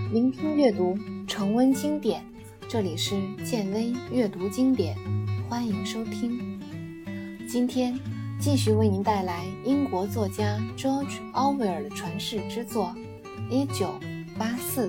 聆听阅读，重温经典。这里是建威阅读经典，欢迎收听。今天继续为您带来英国作家 George Orwell 的传世之作《1984》。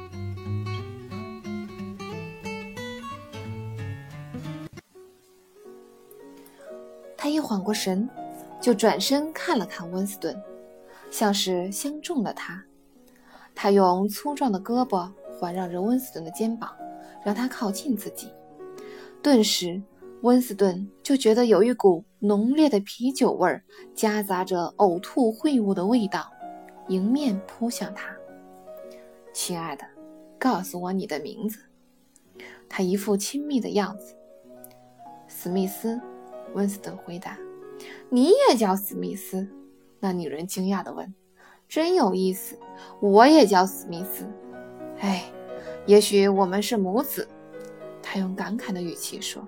他一缓过神，就转身看了看温斯顿，像是相中了他。他用粗壮的胳膊环绕着温斯顿的肩膀，让他靠近自己。顿时温斯顿就觉得有一股浓烈的啤酒味夹杂着呕吐秽物的味道迎面扑向他。亲爱的，告诉我你的名字。他一副亲密的样子。史密斯，温斯顿回答。你也叫史密斯？那女人惊讶地问。真有意思，我也叫史密斯。哎，也许我们是母子，他用感慨的语气说。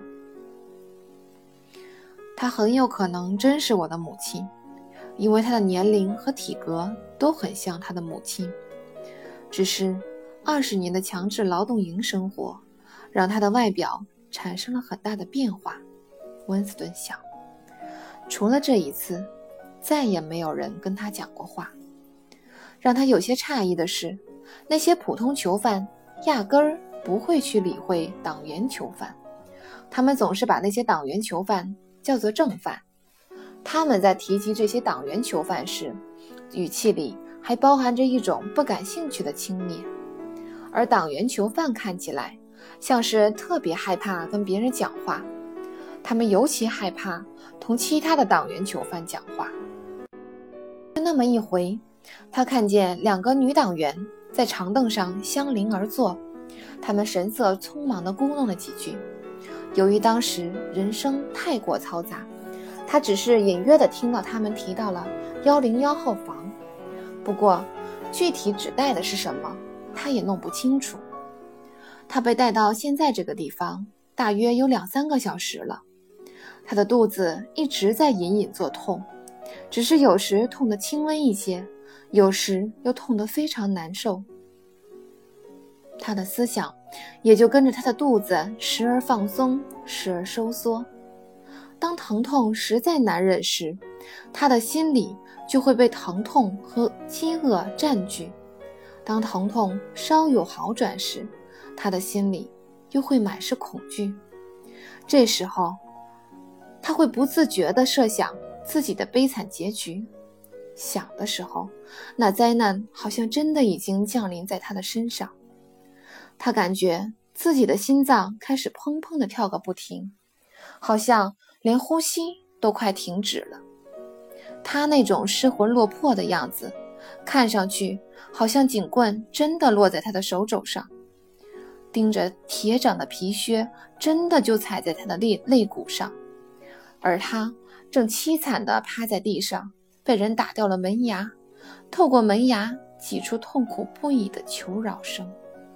她很有可能真是我的母亲，因为她的年龄和体格都很像她的母亲。只是20年的强制劳动营生活，让她的外表产生了很大的变化，温斯顿想。除了这一次，再也没有人跟他讲过话。让他有些诧异的是，那些普通囚犯压根儿不会去理会党员囚犯，他们总是把那些党员囚犯叫做正犯。他们在提及这些党员囚犯时，语气里还包含着一种不感兴趣的轻蔑，而党员囚犯看起来像是特别害怕跟别人讲话，他们尤其害怕同其他的党员囚犯讲话。就那么一回，他看见2个女党员在长凳上相邻而坐，他们神色匆忙地咕哝了几句。由于当时人声太过嘈杂，他只是隐约地听到他们提到了101号房，不过具体指代的是什么，他也弄不清楚。他被带到现在这个地方大约有2-3个小时了，他的肚子一直在隐隐作痛，只是有时痛得轻微一些，有时又痛得非常难受。他的思想也就跟着他的肚子时而放松，时而收缩。当疼痛实在难忍时，他的心里就会被疼痛和饥饿占据。当疼痛稍有好转时，他的心里又会满是恐惧。这时候，他会不自觉地设想自己的悲惨结局。想的时候，那灾难好像真的已经降临在他的身上。他感觉自己的心脏开始砰砰地跳个不停，好像连呼吸都快停止了。他那种失魂落魄的样子，看上去好像警棍真的落在他的手肘上，钉着铁掌的皮靴真的就踩在他的肋骨上，而他正凄惨地趴在地上，被人打掉了门牙，透过门牙挤出痛苦不已的求饶声。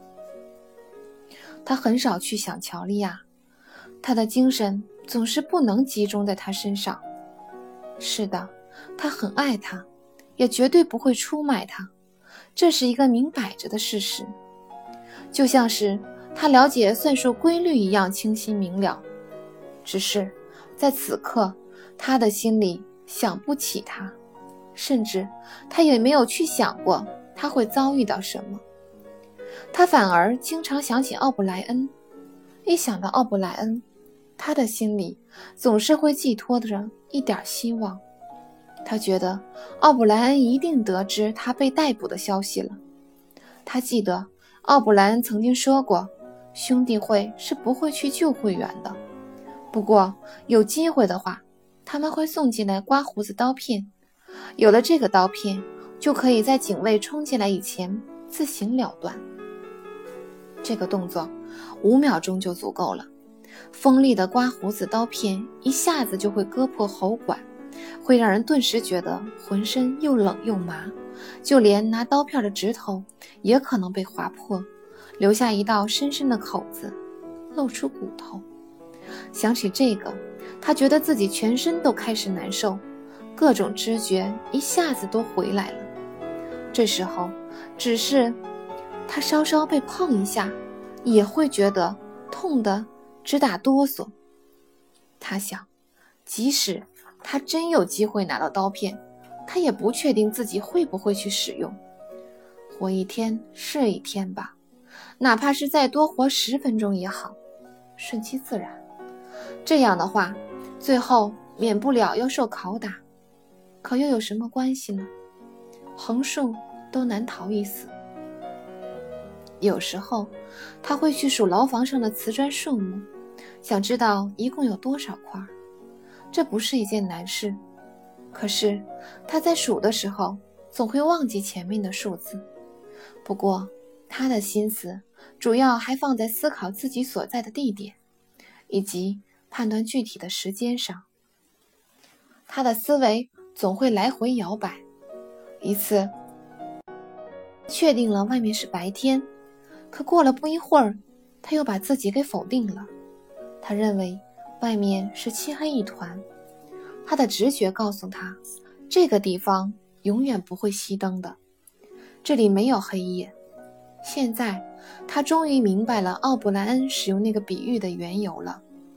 他很少去想乔利亚，他的精神总是不能集中在他身上。是的，他很爱他，也绝对不会出卖他，这是一个明摆着的事实，就像是他了解算术规律一样清晰明了。只是在此刻，他的心里想不起他，甚至他也没有去想过他会遭遇到什么。他反而经常想起奥布莱恩，一想到奥布莱恩，他的心里总是会寄托着一点希望。他觉得奥布莱恩一定得知他被逮捕的消息了。他记得奥布莱恩曾经说过，兄弟会是不会去救会员的，不过有机会的话，他们会送进来刮胡子刀片，有了这个刀片，就可以在警卫冲进来以前自行了断。这个动作5秒钟就足够了，锋利的刮胡子刀片一下子就会割破喉管，会让人顿时觉得浑身又冷又麻，就连拿刀片的指头也可能被划破，留下一道深深的口子，露出骨头。想起这个，他觉得自己全身都开始难受，各种知觉一下子都回来了。这时候，只是他稍稍被碰一下，也会觉得痛得直打哆嗦。他想，即使他真有机会拿到刀片，他也不确定自己会不会去使用。活一天是一天吧，哪怕是再多活10分钟也好，顺其自然。这样的话，最后免不了要受拷打，可又有什么关系呢？横竖都难逃一死。有时候他会去数牢房上的瓷砖数目，想知道一共有多少块。这不是一件难事，可是他在数的时候总会忘记前面的数字。不过他的心思主要还放在思考自己所在的地点，以及判断具体的时间上。他的思维总会来回摇摆。一次确定了外面是白天，可过了不一会儿，他又把自己给否定了。他认为外面是漆黑一团，他的直觉告诉他，这个地方永远不会熄灯的，这里没有黑夜。现在他终于明白了奥布莱恩使用那个比喻的缘由了。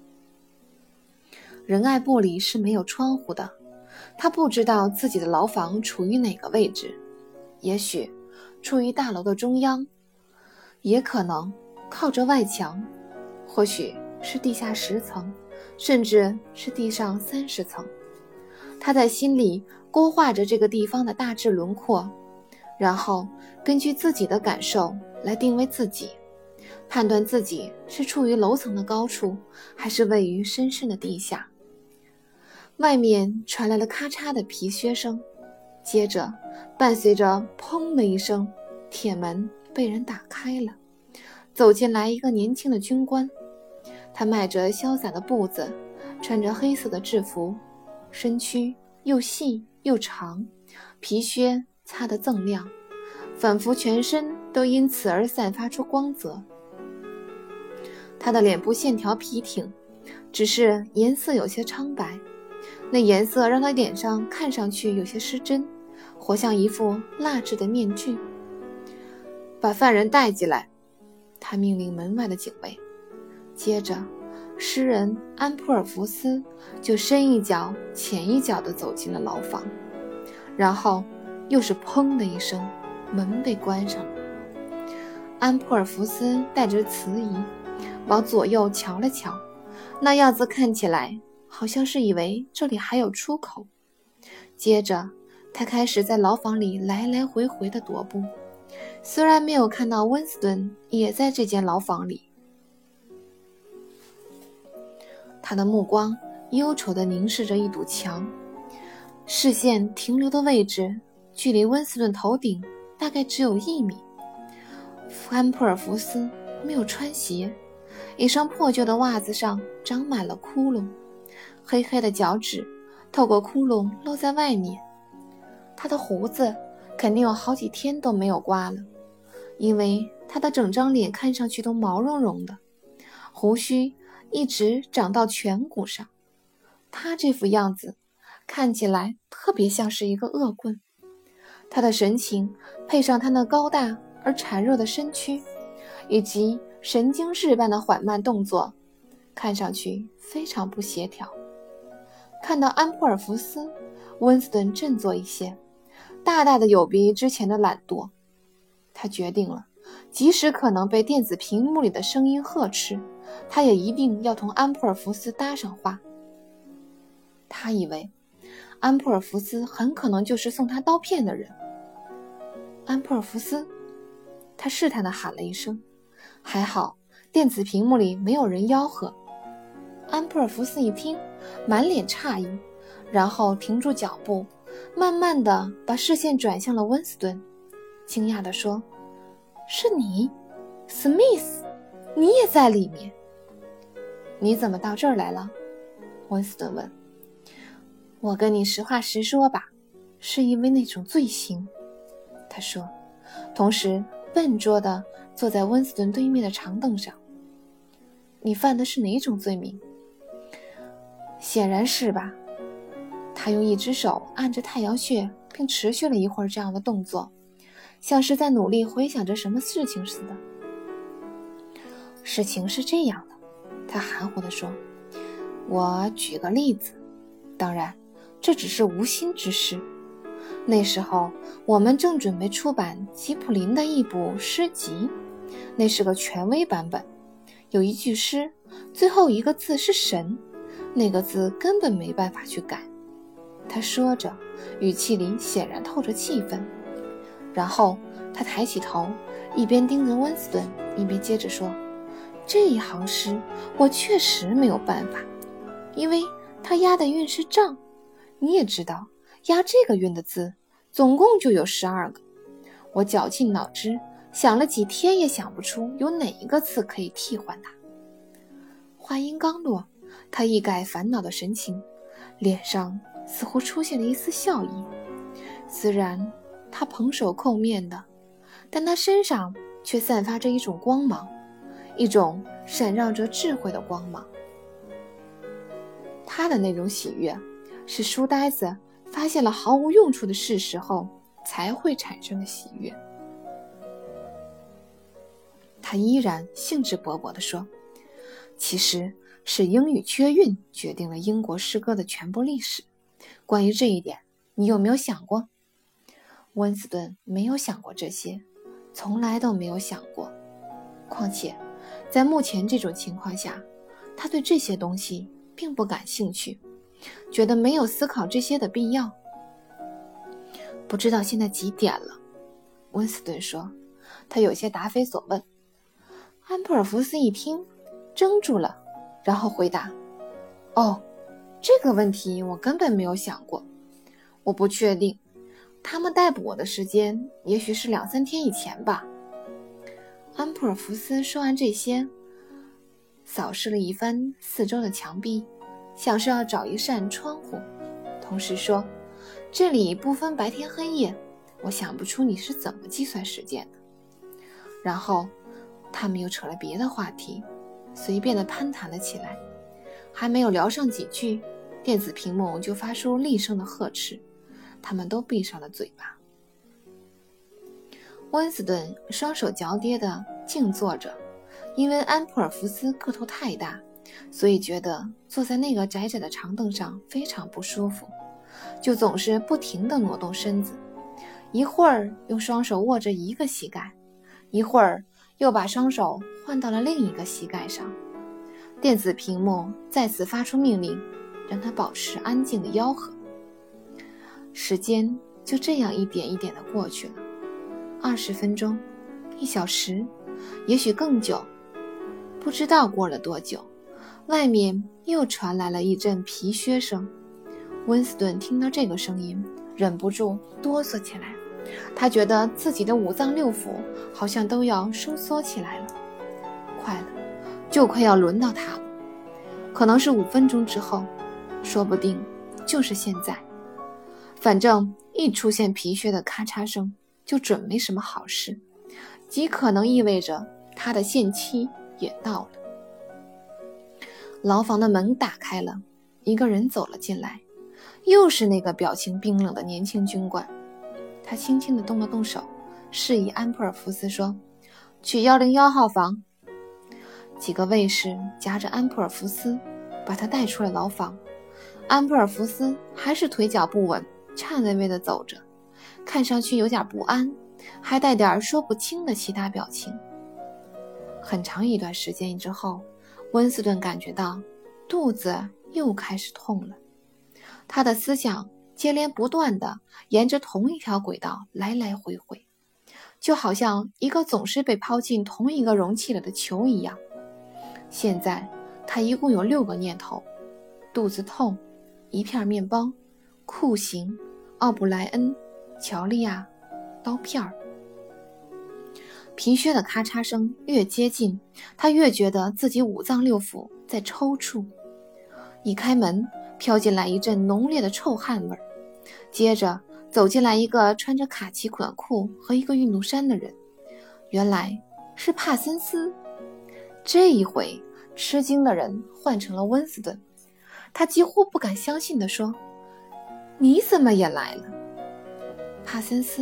仁爱部里是没有窗户的，他不知道自己的牢房处于哪个位置，也许处于大楼的中央，也可能靠着外墙，或许是地下10层，甚至是地上30层。他在心里勾画着这个地方的大致轮廓，然后根据自己的感受来定位自己，判断自己是处于楼层的高处，还是位于深深的地下。外面传来了咔嚓的皮靴声，接着伴随着砰的一声，铁门被人打开了，走进来一个年轻的军官。他迈着潇洒的步子，穿着黑色的制服，身躯又细又长，皮靴擦得锃亮，仿佛全身都因此而散发出光泽。他的脸部线条笔挺，只是颜色有些苍白，那颜色让他脸上看上去有些失真，活像一副蜡制的面具。把犯人带进来，他命令门外的警卫。接着诗人安普尔福斯就深一脚浅一脚地走进了牢房，然后又是砰的一声，门被关上了。安普尔福斯带着迟疑往左右瞧了瞧，那样子看起来好像是以为这里还有出口。接着他开始在牢房里来来回回地踱步，虽然没有看到温斯顿也在这间牢房里。他的目光忧愁地凝视着一堵墙，视线停留的位置距离温斯顿头顶大概只有1米。安普尔福斯没有穿鞋，一双破旧的袜子上长满了窟窿，黑黑的脚趾透过窟窿露在外面。他的胡子肯定有好几天都没有刮了，因为他的整张脸看上去都毛茸茸的，胡须一直长到颧骨上。他这副样子看起来特别像是一个恶棍。他的神情配上他那高大而孱弱的身躯，以及神经质般的缓慢动作，看上去非常不协调。看到安普尔福斯，温斯顿振作一些，大大的有别于之前的懒惰。他决定了，即使可能被电子屏幕里的声音呵斥，他也一定要同安普尔福斯搭上话。他以为安普尔福斯很可能就是送他刀片的人。安普尔福斯，他试探地喊了一声，还好电子屏幕里没有人吆喝。安普尔福斯一听，满脸诧异，然后停住脚步，慢慢地把视线转向了温斯顿，惊讶地说：“是你，史密斯，你也在里面？你怎么到这儿来了？”温斯顿问。“我跟你实话实说吧，是因为那种罪行。”他说，同时笨拙地坐在温斯顿对面的长凳上。“你犯的是哪种罪名？”“显然是吧。”他用一只手按着太阳穴，并持续了一会儿这样的动作， 像是在努力回想着什么事情似的。事情是这样的，他含糊地说，我举个例子，当然这只是无心之事。那时候我们正准备出版吉普林的一部诗集，那是个权威版本，有一句诗，最后一个字是神，那个字根本没办法去改。他说着，语气里显然透着气愤。然后他抬起头，一边盯着温斯顿，一边接着说，这一行诗我确实没有办法，因为它押的韵是丈，你也知道押这个韵的字总共就有12个，我绞尽脑汁想了几天也想不出有哪一个字可以替换它。话音刚落，他一改烦恼的神情，脸上似乎出现了一丝笑意。虽然他蓬首垢面的，但他身上却散发着一种光芒，一种闪耀着智慧的光芒。他的那种喜悦，是书呆子发现了毫无用处的事实后才会产生的喜悦。他依然兴致勃勃地说，其实是英语缺韵决定了英国诗歌的全部历史。关于这一点，你有没有想过？温斯顿没有想过这些，从来都没有想过。况且，在目前这种情况下，他对这些东西并不感兴趣，觉得没有思考这些的必要。不知道现在几点了？温斯顿说，他有些答非所问。安普尔福斯一听，怔住了，然后回答，哦，这个问题我根本没有想过，我不确定，他们逮捕我的时间也许是2-3天以前吧。安普尔福斯说完这些，扫视了一番四周的墙壁，像是要找一扇窗户，同时说，这里不分白天黑夜，我想不出你是怎么计算时间的。然后他们又扯了别的话题，随便地攀谈了起来，还没有聊上几句，电子屏幕就发出厉声的呵斥，他们都闭上了嘴巴。温斯顿双手交叠地静坐着，因为安普尔福斯个头太大，所以觉得坐在那个窄窄的长凳上非常不舒服，就总是不停地挪动身子，一会儿用双手握着一个膝盖，一会儿又把双手换到了另一个膝盖上。电子屏幕再次发出命令，让他保持安静的吆喝。时间就这样一点一点地过去了，20分钟，1小时，也许更久。不知道过了多久，外面又传来了一阵皮靴声。温斯顿听到这个声音，忍不住哆嗦起来，他觉得自己的五脏六腑好像都要收缩起来了。快了，就快要轮到他了，可能是5分钟之后，说不定就是现在。反正一出现皮靴的咔嚓声，就准没什么好事，极可能意味着他的限期也到了。牢房的门打开了，一个人走了进来，又是那个表情冰冷的年轻军官。他轻轻地动了动手，示意安普尔福斯说，去101号房。几个卫士夹着安普尔福斯把他带出了牢房。安普尔福斯还是腿脚不稳，颤巍巍地走着，看上去有点不安，还带点说不清的其他表情。很长一段时间之后，温斯顿感觉到肚子又开始痛了。他的思想接连不断地沿着同一条轨道来来回回，就好像一个总是被抛进同一个容器里的球一样。现在他一共有6个念头：肚子痛、一片面包、酷刑、奥布莱恩、乔利亚、刀片儿。皮靴的咔嚓声越接近，他越觉得自己五脏六腑在抽搐。一开门，飘进来一阵浓烈的臭汗味，接着走进来一个穿着卡其短裤和一个运动衫的人，原来是帕森斯。这一回，吃惊的人换成了温斯顿，他几乎不敢相信地说：“你怎么也来了？”帕森斯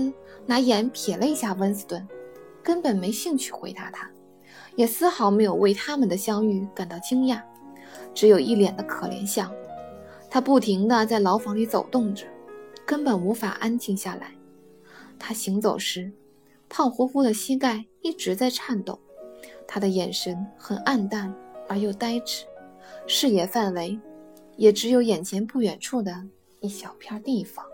拿眼瞥了一下温斯顿，根本没兴趣回答他，也丝毫没有为他们的相遇感到惊讶，只有一脸的可怜相。他不停地在牢房里走动着，根本无法安静下来。他行走时，胖乎乎的膝盖一直在颤抖，他的眼神很暗淡而又呆滞，视野范围也只有眼前不远处的一小片地方。